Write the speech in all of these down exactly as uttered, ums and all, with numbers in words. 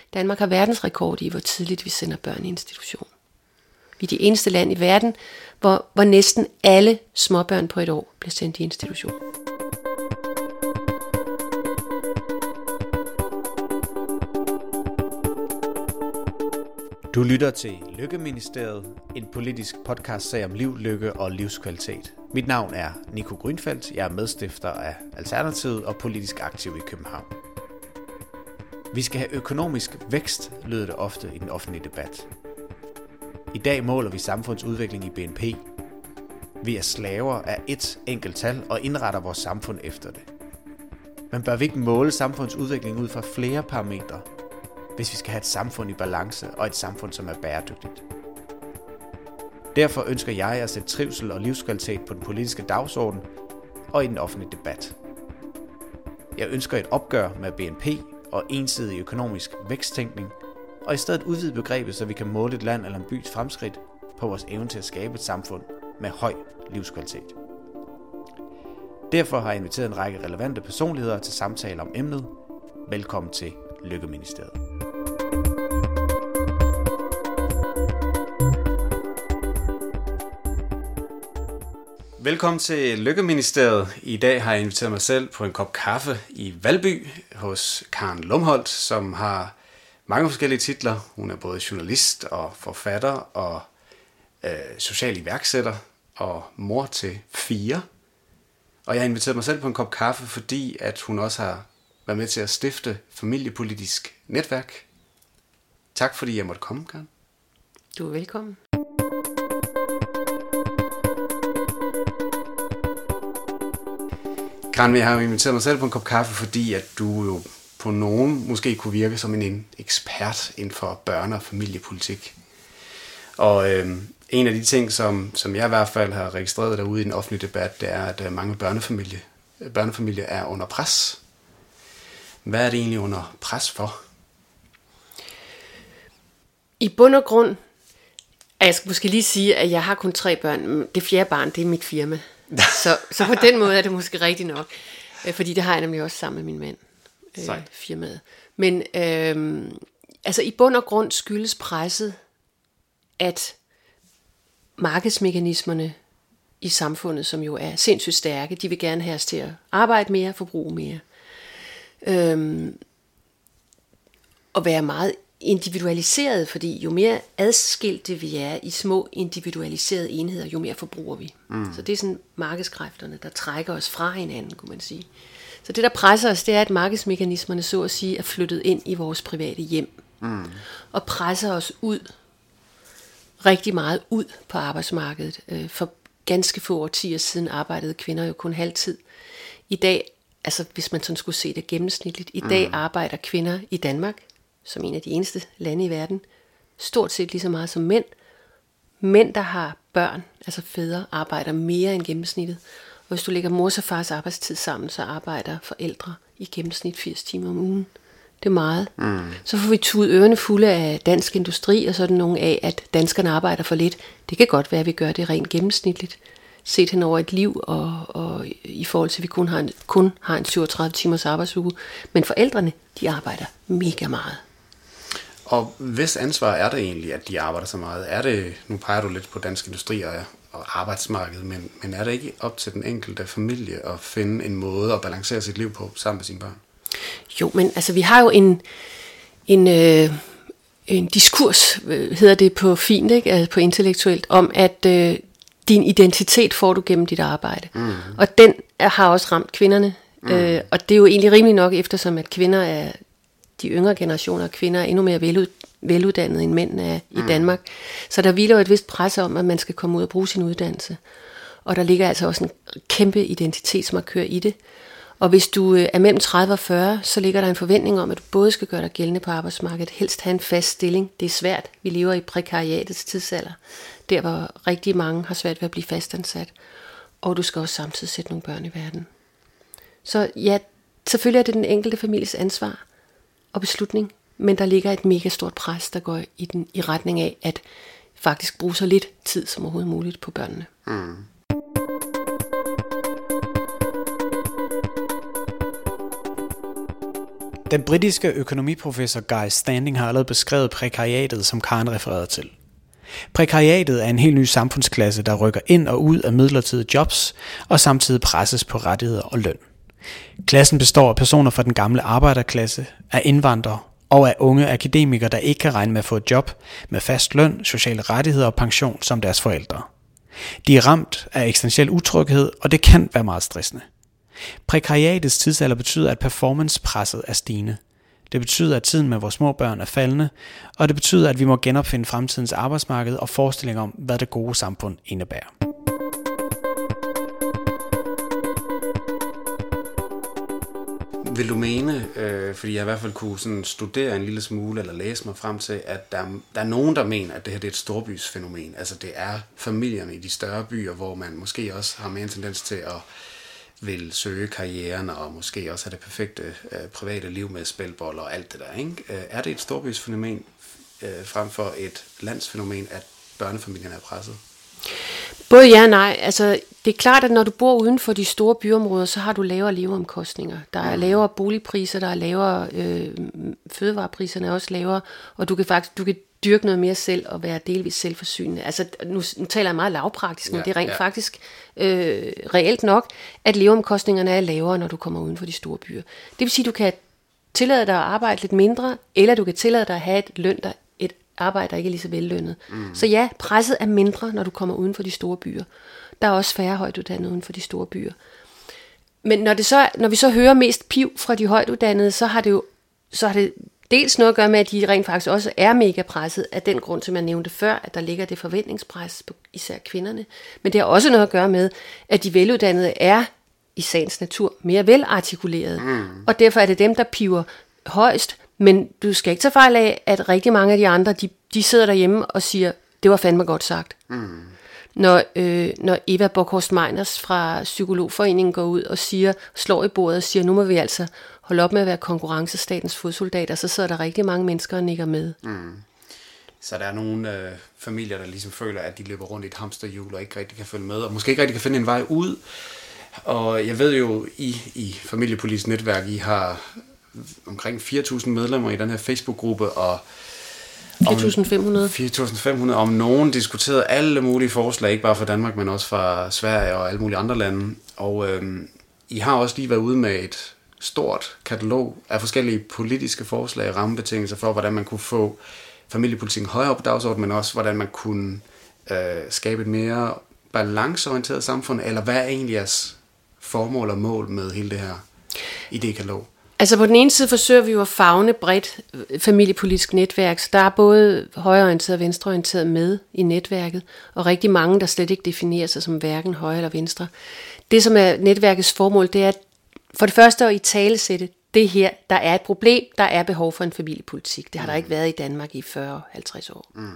Danmark har verdensrekord i, hvor tidligt vi sender børn i institution. Vi er det eneste land i verden, hvor, hvor næsten alle småbørn på et år bliver sendt i institution. Du lytter til Lykkeministeriet, en politisk podcastserie om liv, lykke og livskvalitet. Mit navn er Nico Grünfeldt, jeg er medstifter af Alternativet og politisk aktiv i København. Vi skal have økonomisk vækst, lyder det ofte i den offentlige debat. I dag måler vi samfundsudvikling i B N P. Vi er slaver af et enkelt tal og indretter vores samfund efter det. Men bør vi ikke måle samfundsudvikling ud fra flere parametre, hvis vi skal have et samfund i balance og et samfund, som er bæredygtigt? Derfor ønsker jeg at sætte trivsel og livskvalitet på den politiske dagsorden og i den offentlige debat. Jeg ønsker et opgør med B N P og ensidig økonomisk væksttænkning, og i stedet udvide begrebet, så vi kan måle et land eller en bys fremskridt på vores evne til at skabe et samfund med høj livskvalitet. Derfor har jeg inviteret en række relevante personligheder til samtale om emnet. Velkommen til Lykkeministeriet. Velkommen til Lykkeministeriet. I dag har jeg inviteret mig selv på en kop kaffe i Valby hos Karen Lumholt, som har mange forskellige titler. Hun er både journalist og forfatter og øh, social iværksætter og mor til fire. Og jeg har inviteret mig selv på en kop kaffe, fordi at hun også har været med til at stifte Familiepolitisk Netværk. Tak fordi jeg måtte komme, Karen. Du er velkommen. Karen, jeg har inviteret mig selv på en kop kaffe, fordi at du jo på nogen måske kunne virke som en ekspert inden for børne- og familiepolitik. Og øh, en af de ting, som, som jeg i hvert fald har registreret derude i den offentlige debat, det er, at mange børnefamilier, børnefamilier er under pres. Hvad er det egentlig under pres for? I bund og grund, jeg skal måske lige sige, at jeg har kun tre børn. Det fjerde barn, det er mit firma. så, så på den måde er det måske rigtigt nok. Fordi det har jeg nemlig også sammen med min mand. Øh, firmaet. Men øh, altså i bund og grund skyldes presset, at markedsmekanismerne i samfundet, som jo er sindssygt stærke, de vil gerne have os til at arbejde mere, forbruge mere. Øhm, og være meget individualiseret, fordi jo mere adskilte vi er i små individualiserede enheder, jo mere forbruger vi. Mm. Så det er sådan markedskræfterne, der trækker os fra hinanden, kunne man sige. Så det, der presser os, det er, at markedsmekanismerne, så at sige, er flyttet ind i vores private hjem. Mm. Og presser os ud, rigtig meget ud på arbejdsmarkedet. For ganske få årtier siden arbejdede kvinder jo kun halvtid. I dag, altså hvis man sådan skulle se det gennemsnitligt, i dag mm. arbejder kvinder i Danmark, som en af de eneste lande i verden, stort set lige så meget som mænd. Mænd, der har børn, altså fædre, arbejder mere end gennemsnittet. Og hvis du lægger mors og fars arbejdstid sammen, så arbejder forældre i gennemsnit firs timer om ugen. Det er meget. Mm. Så får vi tudet ørerne fulde af dansk industri, og sådan nogle af, at danskerne arbejder for lidt. Det kan godt være, at vi gør det rent gennemsnitligt, set hen over et liv, og, og i forhold til, at vi kun har en, kun har en syvogtredive timers arbejdsuge. Men forældrene, de arbejder mega meget. Og hvis ansvar er det egentlig, at de arbejder så meget? Er det, nu peger du lidt på dansk industri og, og arbejdsmarkedet, men, men er det ikke op til den enkelte familie at finde en måde at balancere sit liv på sammen med sine børn? Jo, men altså vi har jo en, en, øh, en diskurs, hedder det på fint, ikke? Altså på intellektuelt, om at øh, din identitet får du gennem dit arbejde. Mm. Og den har også ramt kvinderne. Mm. Øh, og det er jo egentlig rimeligt nok, eftersom at kvinder er, de yngre generationer af kvinder er endnu mere velud, veluddannede end mænd er i mm. Danmark. Så der hviler jo et vist pres om, at man skal komme ud og bruge sin uddannelse. Og der ligger altså også en kæmpe identitetsmarkør i det. Og hvis du er mellem tredive og fyrre, så ligger der en forventning om, at du både skal gøre dig gældende på arbejdsmarkedet, helst have en fast stilling. Det er svært. Vi lever i prekariatets tidsalder, der hvor rigtig mange har svært ved at blive fastansat. Og du skal også samtidig sætte nogle børn i verden. Så ja, selvfølgelig er det den enkelte families ansvar og beslutning, men der ligger et mega stort pres, der går i, den, i retning af, at faktisk bruge så lidt tid som overhovedet muligt på børnene. Mm. Den britiske økonomiprofessor Guy Standing har allerede beskrevet prekariatet, som Karen refererede til. Prekariatet er en helt ny samfundsklasse, der rykker ind og ud af midlertidige jobs og samtidig presses på rettigheder og løn. Klassen består af personer fra den gamle arbejderklasse, af indvandrere og af unge akademikere, der ikke kan regne med at få et job med fast løn, sociale rettigheder og pension som deres forældre. De er ramt af eksistentiel utryghed, og det kan være meget stressende. Prekariatets tidsalder betyder, at performancepresset er stigende. Det betyder, at tiden med vores små børn er faldende, og det betyder, at vi må genopfinde fremtidens arbejdsmarked og forestillinger om, hvad det gode samfund indebærer. Vil du mene, øh, fordi jeg i hvert fald kunne sådan studere en lille smule eller læse mig frem til, at der, der er nogen, der mener, at det her det er et storbysfænomen. Altså det er familierne i de større byer, hvor man måske også har mere en tendens til at vil søge karrieren og måske også have det perfekte øh, private liv med spilboller og alt det der, ikke? Øh, er det et storbysfænomen øh, frem for et landsfænomen, at børnefamilierne er presset? Både ja og nej. Altså, det er klart, at når du bor uden for de store byområder, så har du lavere leveomkostninger. Der er lavere boligpriser, der er lavere øh, fødevarepriserne er også lavere, og du kan faktisk du kan dyrke noget mere selv og være delvis selvforsynende. Altså, nu, nu taler jeg meget lavpraktisk, men ja, det er rent ja. faktisk øh, reelt nok, at leveomkostningerne er lavere, når du kommer uden for de store byer. Det vil sige, at du kan tillade dig at arbejde lidt mindre, eller du kan tillade dig at have et løn, der et arbejde, der ikke er lige så vellønnet. Mm. Så ja, presset er mindre, når du kommer uden for de store byer. Der er også færre højtuddannede uden for de store byer. Men når, det så, når vi så hører mest piv fra de højtuddannede, så har det jo så har det dels noget at gøre med, at de rent faktisk også er mega presset af den grund, som jeg nævnte før, at der ligger det forventningspres på især kvinderne. Men det har også noget at gøre med, at de veluddannede er i sagens natur mere velartikuleret. Mm. Og derfor er det dem, der piver højst. Men du skal ikke tage fejl af, at rigtig mange af de andre, de, de sidder derhjemme og siger, det var fandme godt sagt. Mm. Når, øh, når Eva Bockhorst Meiners fra Psykologforeningen går ud og siger, slår i bordet og siger, nu må vi altså holde op med at være konkurrencestatens fodsoldater, så sidder der rigtig mange mennesker og nikker med. Mm. Så der er nogle øh, familier, der ligesom føler, at de løber rundt i et hamsterhjul og ikke rigtig kan følge med, og måske ikke rigtig kan finde en vej ud. Og jeg ved jo, I i Familiepolitisk Netværk, I har omkring fire tusind medlemmer i den her Facebook-gruppe, og fire tusind fem hundrede. fire tusind fem hundrede om nogen diskuterede alle mulige forslag, ikke bare fra Danmark, men også fra Sverige og alle mulige andre lande. Og øhm, I har også lige været ude med et stort katalog af forskellige politiske forslag og rammebetingelser for, hvordan man kunne få familiepolitikken højere på dagsordenen, men også hvordan man kunne øh, skabe et mere balanceorienteret samfund, eller hvad er egentlig jeres formål og mål med hele det her idékatalog? Altså på den ene side forsøger vi jo at favne bredt familiepolitisk netværk, så der er både højreorienteret og venstreorienteret med i netværket, og rigtig mange, der slet ikke definerer sig som hverken højre eller venstre. Det, som er netværkets formål, det er for det første at italesætte det her, der er et problem, der er behov for en familiepolitik. Det har der ikke været i Danmark i fyrre til halvtreds år. Mm.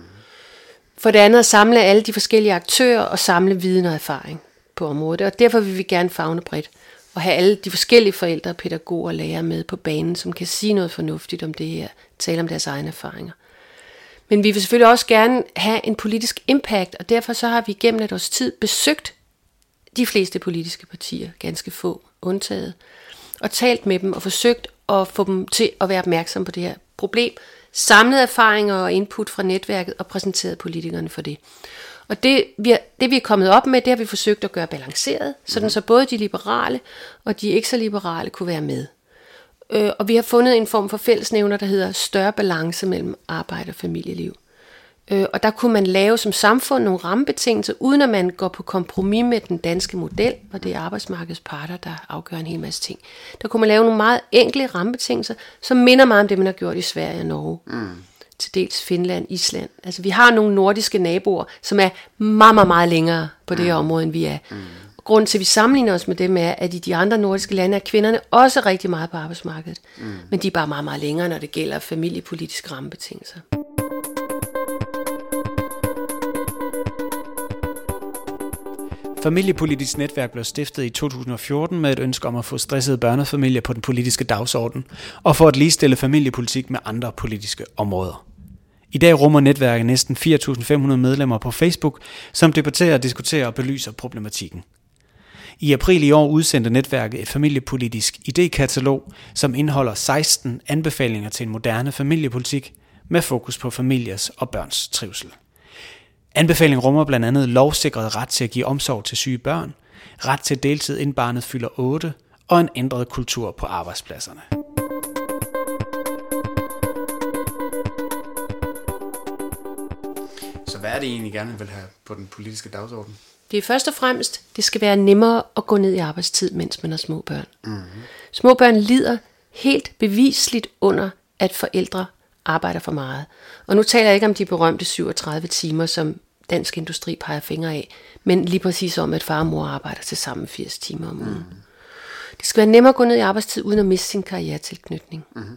For det andet at samle alle de forskellige aktører og samle viden og erfaring på området, og derfor vil vi gerne favne bredt. Og have alle de forskellige forældre, pædagoger og lærere med på banen, som kan sige noget fornuftigt om det her, tale om deres egne erfaringer. Men vi vil selvfølgelig også gerne have en politisk impact, og derfor så har vi gennem et års tid besøgt de fleste politiske partier, ganske få undtaget, og talt med dem og forsøgt at få dem til at være opmærksomme på det her problem, samlet erfaringer og input fra netværket og præsenteret politikerne for det. Og det vi, er, det, vi er kommet op med, det har vi forsøgt at gøre balanceret, sådan så både de liberale og de ikke så liberale kunne være med. Øh, og vi har fundet en form for fællesnævner, der hedder større balance mellem arbejde og familieliv. Øh, og der kunne man lave som samfund nogle rammebetingelser, uden at man går på kompromis med den danske model, og det er arbejdsmarkedets parter, der afgør en hel masse ting. Der kunne man lave nogle meget enkle rammebetingelser, som minder meget om det, man har gjort i Sverige og Norge. Mm. Til dels Finland, Island. Altså vi har nogle nordiske naboer, som er meget, meget, meget længere på det her område, end vi er. Mm. Og grunden til, at vi sammenligner os med dem, er, at i de andre nordiske lande er kvinderne også rigtig meget på arbejdsmarkedet. Mm. Men de er bare meget, meget længere, når det gælder familiepolitiske rammebetingelser. Familiepolitisk Netværk blev stiftet i to tusind og fjorten med et ønske om at få stressede børnefamilier på den politiske dagsorden, og for at ligestille familiepolitik med andre politiske områder. I dag rummer netværket næsten fire tusind fem hundrede medlemmer på Facebook, som debatterer, diskuterer og belyser problematikken. I april i år udsendte netværket et familiepolitisk idékatalog, som indeholder seksten anbefalinger til en moderne familiepolitik med fokus på familiers og børns trivsel. Anbefalingen rummer blandt andet lovsikret ret til at give omsorg til syge børn, ret til deltid inden barnet fylder otte og en ændret kultur på arbejdspladserne. Så hvad er det egentlig gerne vil have på den politiske dagsorden? Det er først og fremmest, det skal være nemmere at gå ned i arbejdstid, mens man har små børn. Mm-hmm. Små børn lider helt bevisligt under, at forældre arbejder for meget. Og nu taler jeg ikke om de berømte syvogtredive timer, som Dansk Industri peger fingre af, men lige præcis om, at far og mor arbejder til sammen firs timer om ugen. Mm. Det skal være nemmere at gå ned i arbejdstid, uden at miste sin karrieretilknytning. Mm.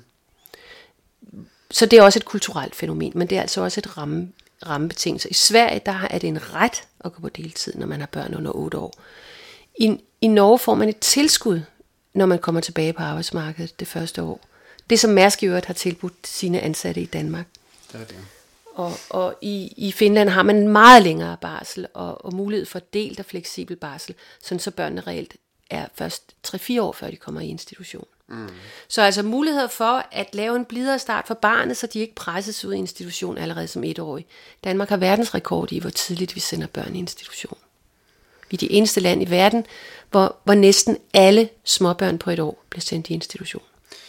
Så det er også et kulturelt fænomen, men det er altså også et ramme, rammebetingelse. I Sverige, der er det en ret at gå på deltid, når man har børn under otte år. I, i Norge får man et tilskud, når man kommer tilbage på arbejdsmarkedet det første år. Det, som Mærsk i øvrigt har tilbudt sine ansatte i Danmark. Det er det. Og, og i, i Finland har man en meget længere barsel og, og mulighed for delt og fleksibel barsel, sådan så børnene reelt er først tre fire år, før de kommer i institution. Mm. Så altså muligheder for at lave en blidere start for barnet, så de ikke presses ud i institution allerede som etårige. Danmark har verdensrekord i, hvor tidligt vi sender børn i institution. Vi er det eneste land i verden, hvor, hvor næsten alle småbørn på et år bliver sendt i institution.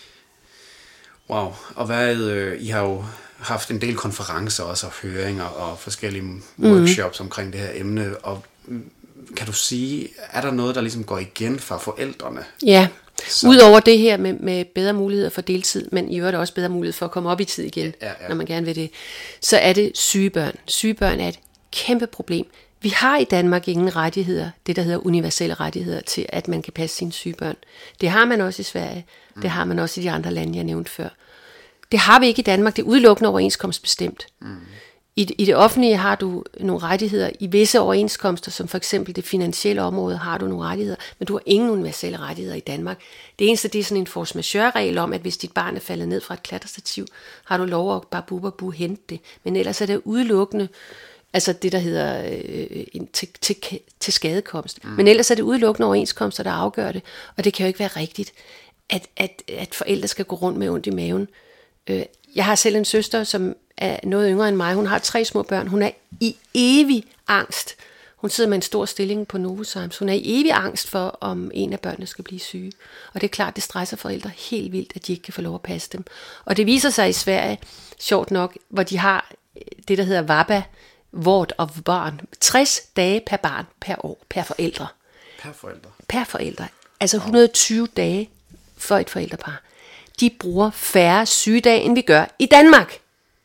Wow, og hvad, øh, I har jo haft en del konferencer også, og høringer og forskellige mm. workshops omkring det her emne, og kan du sige, er der noget, der ligesom går igen fra forældrene? Ja, så. Udover det her med, med bedre muligheder for deltid, men i øvrigt også bedre mulighed for at komme op i tid igen, ja, ja. Når man gerne vil det, så er det syge børn. Syge børn er et kæmpe problem. Vi har i Danmark ingen rettigheder, det der hedder universelle rettigheder, til at man kan passe sine syge børn. Det har man også i Sverige, mm. det har man også i de andre lande, jeg nævnte før. Det har vi ikke i Danmark, det er udelukkende overenskomstbestemt. Mm. I, I det offentlige har du nogle rettigheder, i visse overenskomster, som for eksempel det finansielle område, har du nogle rettigheder, men du har ingen universelle rettigheder i Danmark. Det eneste, det er sådan en force majeure-regel om, at hvis dit barn er faldet ned fra et klatrestativ, har du lov at bare bu, bu, hente det. Men ellers er det udelukkende, altså det der hedder øh, en, til, til, til skadekomst. Mm. Men ellers er det udelukkende overenskomster, der afgør det, og det kan jo ikke være rigtigt, at, at, at forældre skal gå rundt med ondt i maven. Øh, jeg har selv en søster, som er noget yngre end mig. Hun har tre små børn. Hun er i evig angst. Hun sidder med en stor stilling på Novozymes. Hun er i evig angst for, om en af børnene skal blive syge. Og det er klart, det stresser forældre helt vildt, at de ikke kan få lov at passe dem. Og det viser sig i Sverige, sjovt nok, hvor de har det, der hedder vabba, vård of barn. tres dage per barn per år, per forældre. Per forældre? Per forældre. Altså et hundrede og tyve dage for et forældrepar. De bruger færre sygedage, end vi gør i Danmark.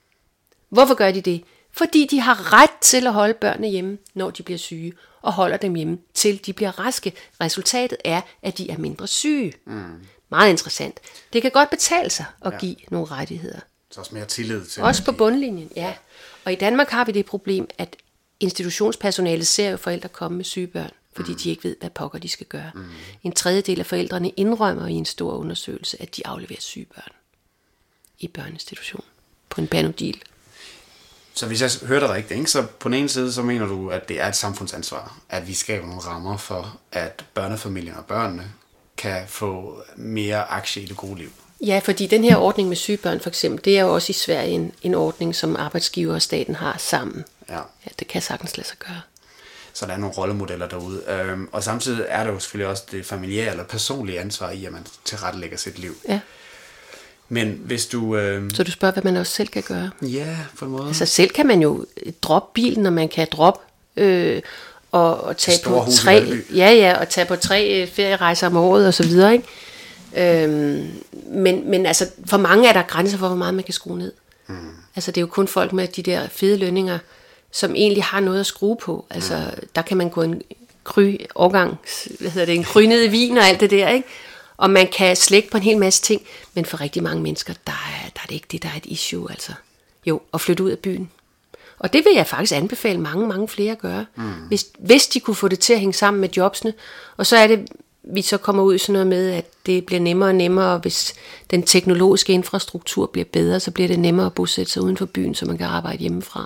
Hvorfor gør de det? Fordi de har ret til at holde børnene hjemme, når de bliver syge, og holder dem hjemme, til de bliver raske. Resultatet er, at de er mindre syge. Mm. Meget interessant. Det kan godt betale sig at ja. give nogle rettigheder. Så også mere tillid til. Også på bundlinjen, ja. Og i Danmark har vi det problem, at institutionspersonalet ser jo forældre komme med syge børn, fordi mm. de ikke ved, hvad pokker de skal gøre. Mm. En tredjedel af forældrene indrømmer i en stor undersøgelse, at de afleverer syge børn i børneinstitution på en Panodil. Så hvis jeg hører dig rigtigt, ikke? Så på den ene side, så mener du, at det er et samfundsansvar, at vi skaber nogle rammer for, at børnefamilierne og børnene kan få mere aktie i det gode liv. Ja, fordi den her ordning med syge børn for eksempel, det er jo også i Sverige en, en ordning, som arbejdsgiver og staten har sammen. Ja. Ja, det kan sagtens lade sig gøre. Så der er nogle rollemodeller derude. Øhm, og samtidig er der jo selvfølgelig også det familiære eller personlige ansvar i, at man tilrettelægger sit liv. Ja. Men hvis du... Øh... Så du spørger, hvad man også selv kan gøre? Ja, på en måde. Altså selv kan man jo droppe bilen, og man kan droppe øh, og, og tage på tre, ja, ja, og tage på tre øh, ferierejser om året og så videre, ikke? Øhm, men, men altså for mange er der grænser for, hvor meget man kan skrue ned. Mm. Altså det er jo kun folk med de der fede lønninger, som egentlig har noget at skrue på. Altså mm. der kan man gå en kry årgang, hvad hedder det, en kry ned i vin og alt det der, ikke? Og man kan slække på en hel masse ting, men for rigtig mange mennesker, der er, der er det ikke det, der er et issue, altså. Jo, at flytte ud af byen. Og det vil jeg faktisk anbefale mange, mange flere at gøre, mm. hvis, hvis de kunne få det til at hænge sammen med jobsene. Og så er det, vi så kommer ud i sådan noget med, at det bliver nemmere og nemmere, og hvis den teknologiske infrastruktur bliver bedre, så bliver det nemmere at bosætte sig uden for byen, så man kan arbejde hjemmefra.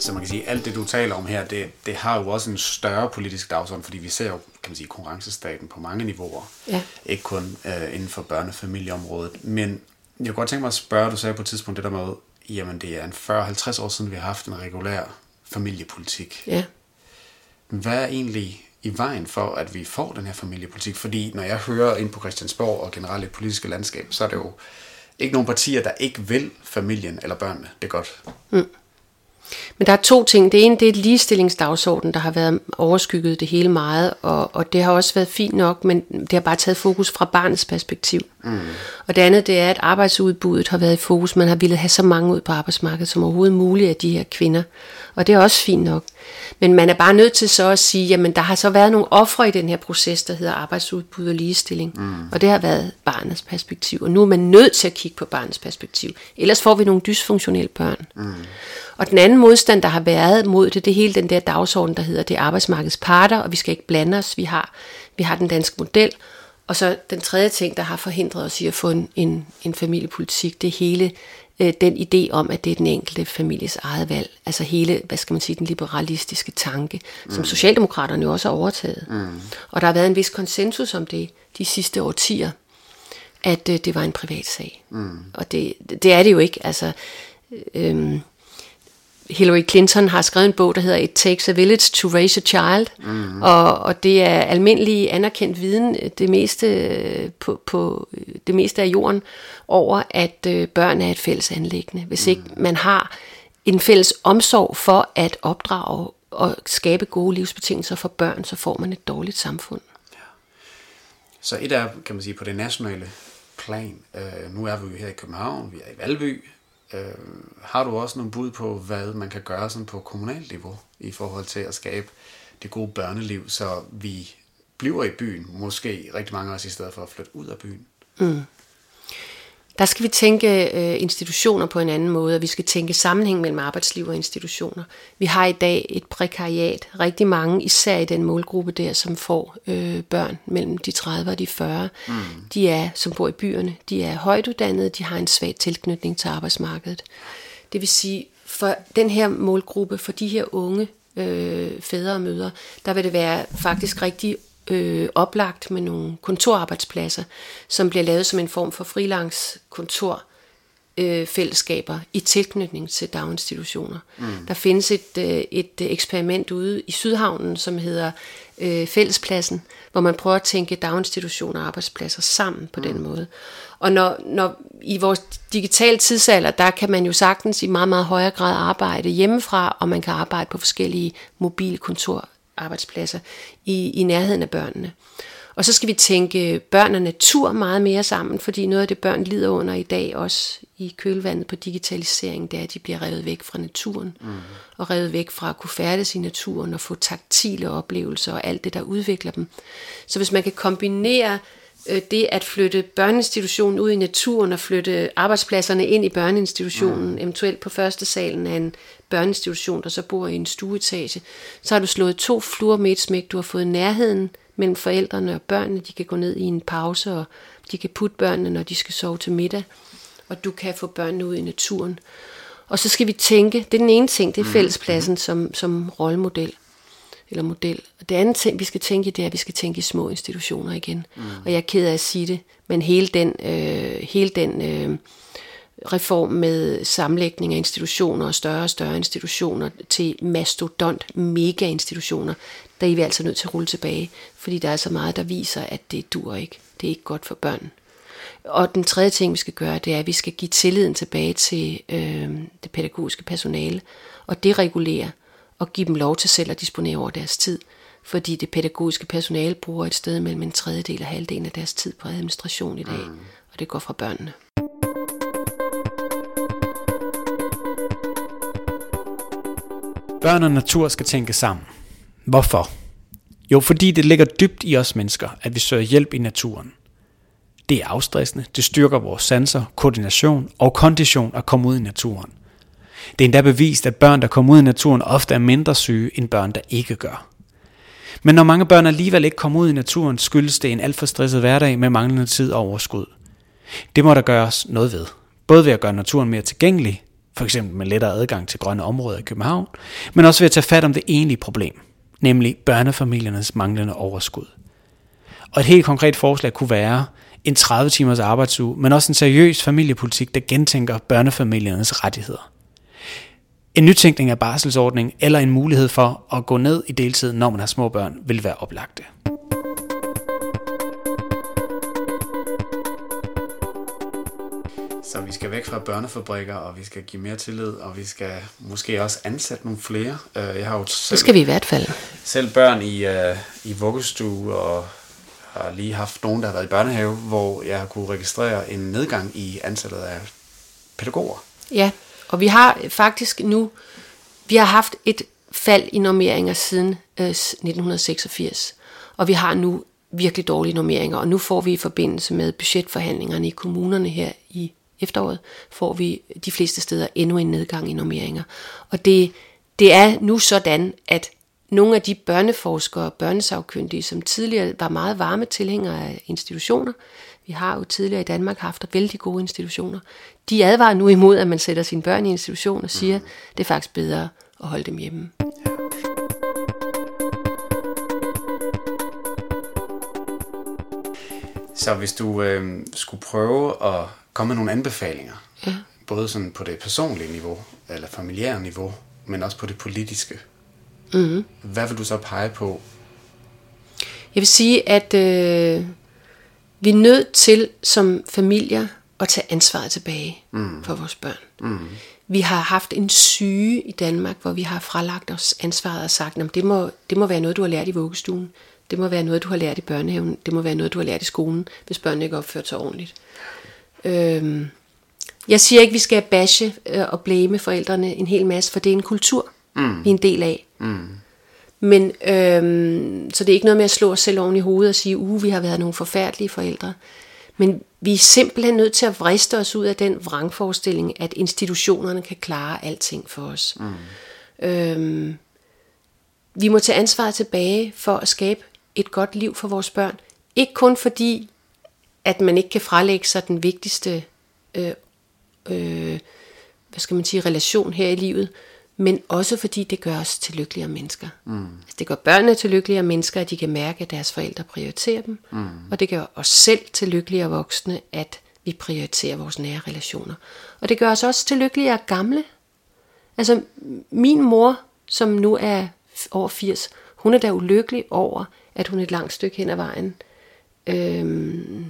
Så man kan sige, at alt det, du taler om her, det, det har jo også en større politisk dagsorden, fordi vi ser jo, kan man sige, konkurrencestaten på mange niveauer. Ja. Ikke kun øh, inden for børnefamilieområdet. Men jeg kunne godt tænke mig at spørge, du sagde på et tidspunkt det der med, jamen det er en fyrre til halvtreds år siden, vi har haft en regulær familiepolitik. Ja. Hvad er egentlig i vejen for, at vi får den her familiepolitik? Fordi når jeg hører ind på Christiansborg og generelt det politiske landskab, så er det jo ikke nogen partier, der ikke vil familien eller børnene det godt. Mm. Men der er to ting. Det ene, det er et ligestillingsdagsorden, der har været overskygget det hele meget, og, og det har også været fint nok, men det har bare taget fokus fra barnets perspektiv. Mm. Og det andet, det er, at arbejdsudbuddet har været i fokus. Man har ville have så mange ud på arbejdsmarkedet som overhovedet muligt af de her kvinder, og det er også fint nok. Men man er bare nødt til så at sige, jamen der har så været nogle ofre i den her proces, der hedder arbejdsudbud og ligestilling, mm. og det har været barnets perspektiv, og nu er man nødt til at kigge på barnets perspektiv, ellers får vi nogle dysfunktionelle børn. Mm. Og den anden modstand, der har været mod det, det er hele den der dagsorden, der hedder, det er arbejdsmarkedets parter, og vi skal ikke blande os, vi har, vi har den danske model. Og så den tredje ting, der har forhindret os i at få en, en, en familiepolitik, det er hele øh, den idé om, at det er den enkelte families eget valg. Altså hele, hvad skal man sige, den liberalistiske tanke, mm. som Socialdemokraterne jo også har overtaget. Mm. Og der har været en vis konsensus om det de sidste årtier, at øh, det var en privat sag. Mm. Og det, det er det jo ikke, altså... Øh, Hillary Clinton har skrevet en bog, der hedder It Takes a Village to Raise a Child, mm. og, og det er almindelig anerkendt viden det meste, på, på, det meste af jorden over, at øh, børn er et fælles anliggende. Hvis mm. ikke man har en fælles omsorg for at opdrage og skabe gode livsbetingelser for børn, så får man et dårligt samfund. Ja. Så et er, kan man sige, på det nationale plan. Øh, nu er vi jo her i København, vi er i Valby. Øh, har du også nogle bud på, hvad man kan gøre sådan på kommunalt niveau i forhold til at skabe det gode børneliv, så vi bliver i byen, måske rigtig mange af os i stedet for at flytte ud af byen? Mm. Der skal vi tænke øh, institutioner på en anden måde, og vi skal tænke sammenhæng mellem arbejdsliv og institutioner. Vi har i dag et prekariat, rigtig mange, især i den målgruppe der, som får øh, børn mellem de tredive og de fyrre. Mm. De er, som bor i byerne, de er højtuddannede, de har en svag tilknytning til arbejdsmarkedet. Det vil sige, for den her målgruppe, for de her unge øh, fædre og mødre, der vil det være faktisk rigtig Øh, oplagt med nogle kontorarbejdspladser, som bliver lavet som en form for freelance kontorfællesskaber øh, i tilknytning til daginstitutioner. Mm. Der findes et, øh, et eksperiment ude i Sydhavnen, som hedder øh, Fællespladsen, hvor man prøver at tænke daginstitutioner og arbejdspladser sammen på mm. den måde. Og når, når i vores digitale tidsalder, der kan man jo sagtens i meget, meget højere grad arbejde hjemmefra, og man kan arbejde på forskellige mobile kontor arbejdspladser i, i nærheden af børnene. Og så skal vi tænke børn og natur meget mere sammen, fordi noget af det børn lider under i dag, også i kølvandet på digitalisering, det er, at de bliver revet væk fra naturen, mm. og revet væk fra at kunne færdes i naturen og få taktile oplevelser og alt det, der udvikler dem. Så hvis man kan kombinere øh, det at flytte børneinstitutionen ud i naturen og flytte arbejdspladserne ind i børneinstitutionen, mm. eventuelt på første salen af en børneinstitution, der så bor i en stueetage, så har du slået to fluer med et smæk. Du har fået nærheden mellem forældrene og børnene. De kan gå ned i en pause, og de kan putte børnene, når de skal sove til middag. Og du kan få børnene ud i naturen. Og så skal vi tænke, det er den ene ting, det er fællespladsen som, som rollemodel. Eller model. Og det andet ting, vi skal tænke, det er, at vi skal tænke i små institutioner igen. Mm. Og jeg er ked af at sige det, men hele den... Øh, hele den øh, reform med sammenlægning af institutioner og større og større institutioner til mastodont mega institutioner, der er vi altså nødt til at rulle tilbage, fordi der er så meget, der viser, at det dur ikke. Det er ikke godt for børn. Og den tredje ting, vi skal gøre, det er, at vi skal give tilliden tilbage til øh, det pædagogiske personale, og deregulere og give dem lov til selv at disponere over deres tid, fordi det pædagogiske personale bruger et sted mellem en tredjedel og halvdelen af deres tid på administration i dag, mm. og det går fra børnene. Børn og natur skal tænke sammen. Hvorfor? Jo, fordi det ligger dybt i os mennesker, at vi søger hjælp i naturen. Det er afstressende, det styrker vores sanser, koordination og kondition at komme ud i naturen. Det er endda bevist, at børn, der kommer ud i naturen, ofte er mindre syge end børn, der ikke gør. Men når mange børn alligevel ikke kommer ud i naturen, skyldes det en alt for stresset hverdag med manglende tid og overskud. Det må der gøres noget ved. Både ved at gøre naturen mere tilgængelig, for eksempel med lettere adgang til grønne områder i København, men også ved at tage fat om det egentlige problem, nemlig børnefamiliernes manglende overskud. Og et helt konkret forslag kunne være en tredive timers arbejdsuge, men også en seriøs familiepolitik, der gentænker børnefamiliernes rettigheder. En nytænkning af barselsordning eller en mulighed for at gå ned i deltid, når man har små børn, vil være oplagte. Så vi skal væk fra børnefabrikker, og vi skal give mere tillid, og vi skal måske også ansætte nogle flere. Jeg har jo selv, det skal vi i hvert fald. Selv børn i, uh, i vuggestue, og har lige haft nogen, der har været i børnehave, hvor jeg har kunne registrere en nedgang i antallet af pædagoger. Ja, og vi har faktisk nu, vi har haft et fald i normeringer siden øh, nitten seksogfirs, og vi har nu virkelig dårlige normeringer, og nu får vi i forbindelse med budgetforhandlingerne i kommunerne her i efteråret, får vi de fleste steder endnu en nedgang i normeringer. Og det, det er nu sådan, at nogle af de børneforskere og børnesagkyndige, som tidligere var meget varme tilhængere af institutioner, vi har jo tidligere i Danmark haft vældig gode institutioner, de advarer nu imod, at man sætter sine børn i institution og siger, mm. det er faktisk bedre at holde dem hjemme. Så hvis du øh, skulle prøve at komme med nogle anbefalinger, ja. både sådan på det personlige niveau, eller familiære niveau, men også på det politiske, mm-hmm. hvad vil du så pege på? Jeg vil sige, at øh, vi er nødt til som familier at tage ansvaret tilbage mm. for vores børn. Mm. Vi har haft en syge i Danmark, hvor vi har fralagt os ansvaret og sagt, at det må, det må være noget, du har lært i vuggestuen. Det må være noget, du har lært i børnehaven. Det må være noget, du har lært i skolen, hvis børnene ikke opfører sig ordentligt. Øhm, jeg siger ikke, vi skal bashe øh, og blame forældrene en hel masse, for det er en kultur, mm. vi er en del af. Mm. Men, øhm, så det er ikke noget med at slå os selv oven i hovedet og sige, uh, vi har været nogle forfærdelige forældre. Men vi er simpelthen nødt til at vriste os ud af den vrangforestilling, at institutionerne kan klare alting for os. Mm. Øhm, vi må tage ansvaret tilbage for at skabe et godt liv for vores børn. Ikke kun fordi, at man ikke kan frelægge sig den vigtigste øh, øh, hvad skal man sige, relation her i livet, men også fordi det gør os til lykkeligere mennesker. Mm. Altså, det gør børnene til lykkeligere mennesker, at de kan mærke, at deres forældre prioriterer dem, mm. og det gør os selv til lykkeligere voksne, at vi prioriterer vores nære relationer. Og det gør os også til lykkeligere gamle. Altså, min mor, som nu er over firs, hun er da ulykkelig over, at hun et langt stykke hen ad vejen øhm,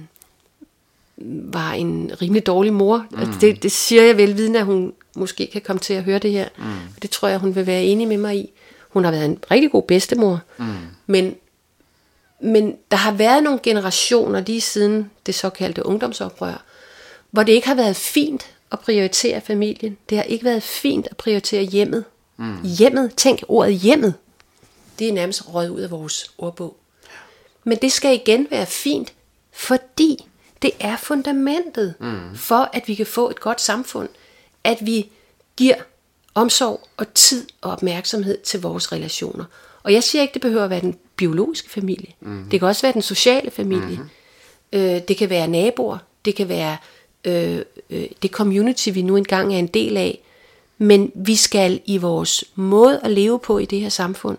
var en rimelig dårlig mor. Mm. Altså det, det siger jeg velvidende, at hun måske kan komme til at høre det her. Mm. Det tror jeg, hun vil være enig med mig i. Hun har været en rigtig god bedstemor. Mm. Men, men der har været nogle generationer lige siden det såkaldte ungdomsoprør, hvor det ikke har været fint at prioritere familien. Det har ikke været fint at prioritere hjemmet. Mm. Hjemmet, tænk ordet hjemmet. Det er nærmest røget ud af vores ordbog. Men det skal igen være fint, fordi det er fundamentet mm. for, at vi kan få et godt samfund. At vi giver omsorg og tid og opmærksomhed til vores relationer. Og jeg siger ikke, det behøver at være den biologiske familie. Mm. Det kan også være den sociale familie. Mm. Øh, det kan være naboer. Det kan være øh, øh, det community, vi nu engang er en del af. Men vi skal i vores måde at leve på i det her samfund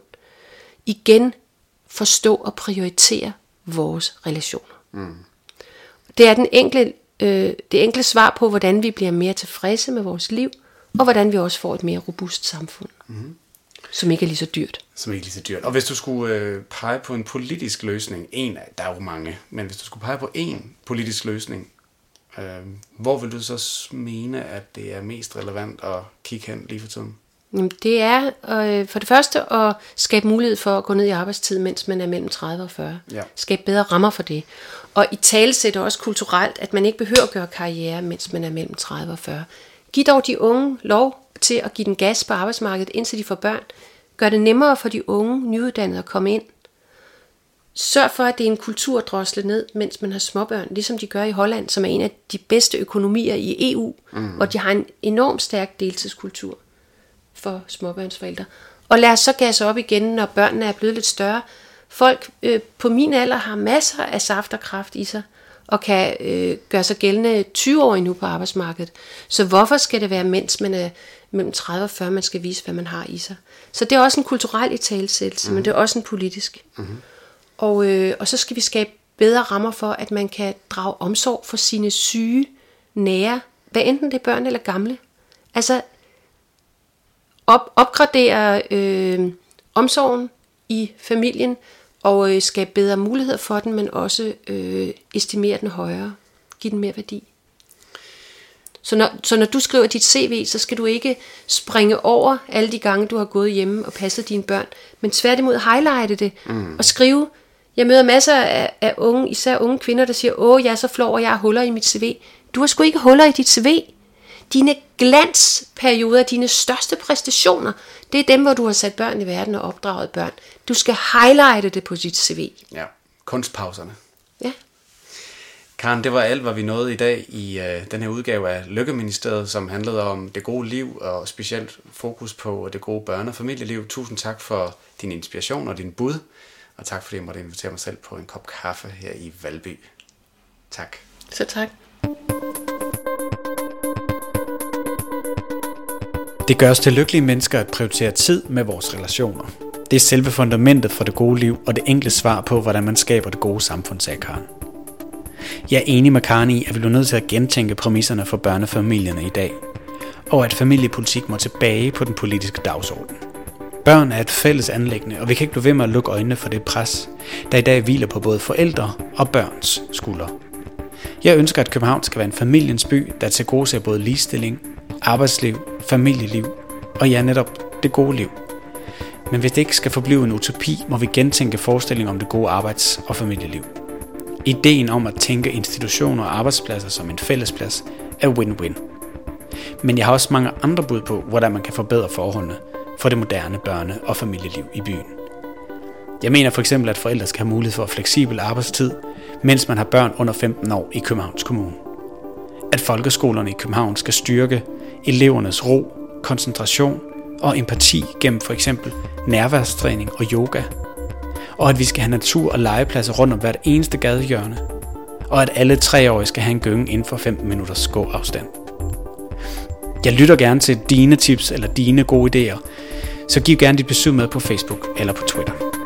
igen forstå og prioritere vores relationer. Mm. Det er den enkle, øh, det enkle svar på, hvordan vi bliver mere tilfredse med vores liv, og hvordan vi også får et mere robust samfund, mm. som ikke er lige så dyrt. Som ikke er lige så dyrt. Og hvis du skulle øh, pege på en politisk løsning, en af, der er jo mange, men hvis du skulle pege på en politisk løsning, øh, hvor vil du så mene, at det er mest relevant at kigge hen lige for tiden? Det er øh, for det første at skabe mulighed for at gå ned i arbejdstid, mens man er mellem tredive og fyrre. Ja. Skabe bedre rammer for det. Og i talesæt også kulturelt, at man ikke behøver at gøre karriere, mens man er mellem tredive og fyrre. Giv dog de unge lov til at give den gas på arbejdsmarkedet, indtil de får børn. Gør det nemmere for de unge nyuddannede at komme ind. Sørg for, at det er en kultur at drosle ned, mens man har småbørn, ligesom de gør i Holland, som er en af de bedste økonomier i E U, mm. hvor de har en enormt stærk deltidskultur for småbørnsforældre. Og lad os så gasse op igen, når børnene er blevet lidt større. Folk øh, på min alder har masser af saft og kraft i sig, og kan øh, gøre sig gældende tyve år endnu på arbejdsmarkedet. Så hvorfor skal det være, mens man er mellem tredive og fyrre, man skal vise, hvad man har i sig? Så det er også en kulturel italesættelse, mm. men det er også en politisk. Mm-hmm. Og, øh, og så skal vi skabe bedre rammer for, at man kan drage omsorg for sine syge, nære, hvad enten det er børn eller gamle. Altså op, opgradere øh, omsorgen i familien, og øh, skabe bedre muligheder for den, men også øh, estimere den højere, give den mere værdi. Så når, så når du skriver dit C V, så skal du ikke springe over alle de gange, du har gået hjemme og passet dine børn, men tværtimod highlighte det, mm. og skrive. Jeg møder masser af, af unge, især unge kvinder, der siger, åh, jeg er så flov, og jeg har huller i mit C V. Du har sgu ikke huller i dit C V. Dine glansperioder, dine største præstationer, det er dem, hvor du har sat børn i verden og opdraget børn. Du skal highlighte det på dit C V. Ja, kunstpauserne. Ja. Karen, det var alt, hvad vi nåede i dag i uh, den her udgave af Lykkeministeriet, som handlede om det gode liv, og specielt fokus på det gode børne- og familieliv. Tusind tak for din inspiration og din bud, og tak fordi jeg måtte invitere mig selv på en kop kaffe her i Valby. Tak. Så tak. Det gør os til lykkelige mennesker at prioritere tid med vores relationer. Det er selve fundamentet for det gode liv, og det enkle svar på, hvordan man skaber det gode samfund, sagde Karen. Jeg er enig med Karen i, at vi bliver nødt til at gentænke præmisserne for børnefamilierne i dag, og at familiepolitik må tilbage på den politiske dagsorden. Børn er et fælles anliggende, og vi kan ikke blive ved med at lukke øjnene for det pres, der i dag hviler på både forældre og børns skuldre. Jeg ønsker, at København skal være en familiens by, der tilgodeser både ligestilling, arbejdsliv, familieliv og ja, netop det gode liv. Men hvis det ikke skal forblive en utopi, må vi gentænke forestillingen om det gode arbejds- og familieliv. Ideen om at tænke institutioner og arbejdspladser som en fællesplads er win-win. Men jeg har også mange andre bud på, hvordan man kan forbedre forholdene for det moderne børne- og familieliv i byen. Jeg mener for eksempel, at forældre skal have mulighed for fleksibel arbejdstid, mens man har børn under femten år i Københavns Kommune. At folkeskolerne i København skal styrke elevernes ro, koncentration og empati gennem for eksempel nærværstræning og yoga. Og at vi skal have natur- og legepladser rundt om hvert eneste gadehjørne. Og at alle treårige skal have en gynge inden for femten minutters gåafstand. Jeg lytter gerne til dine tips eller dine gode idéer, så giv gerne dit besøg med på Facebook eller på Twitter.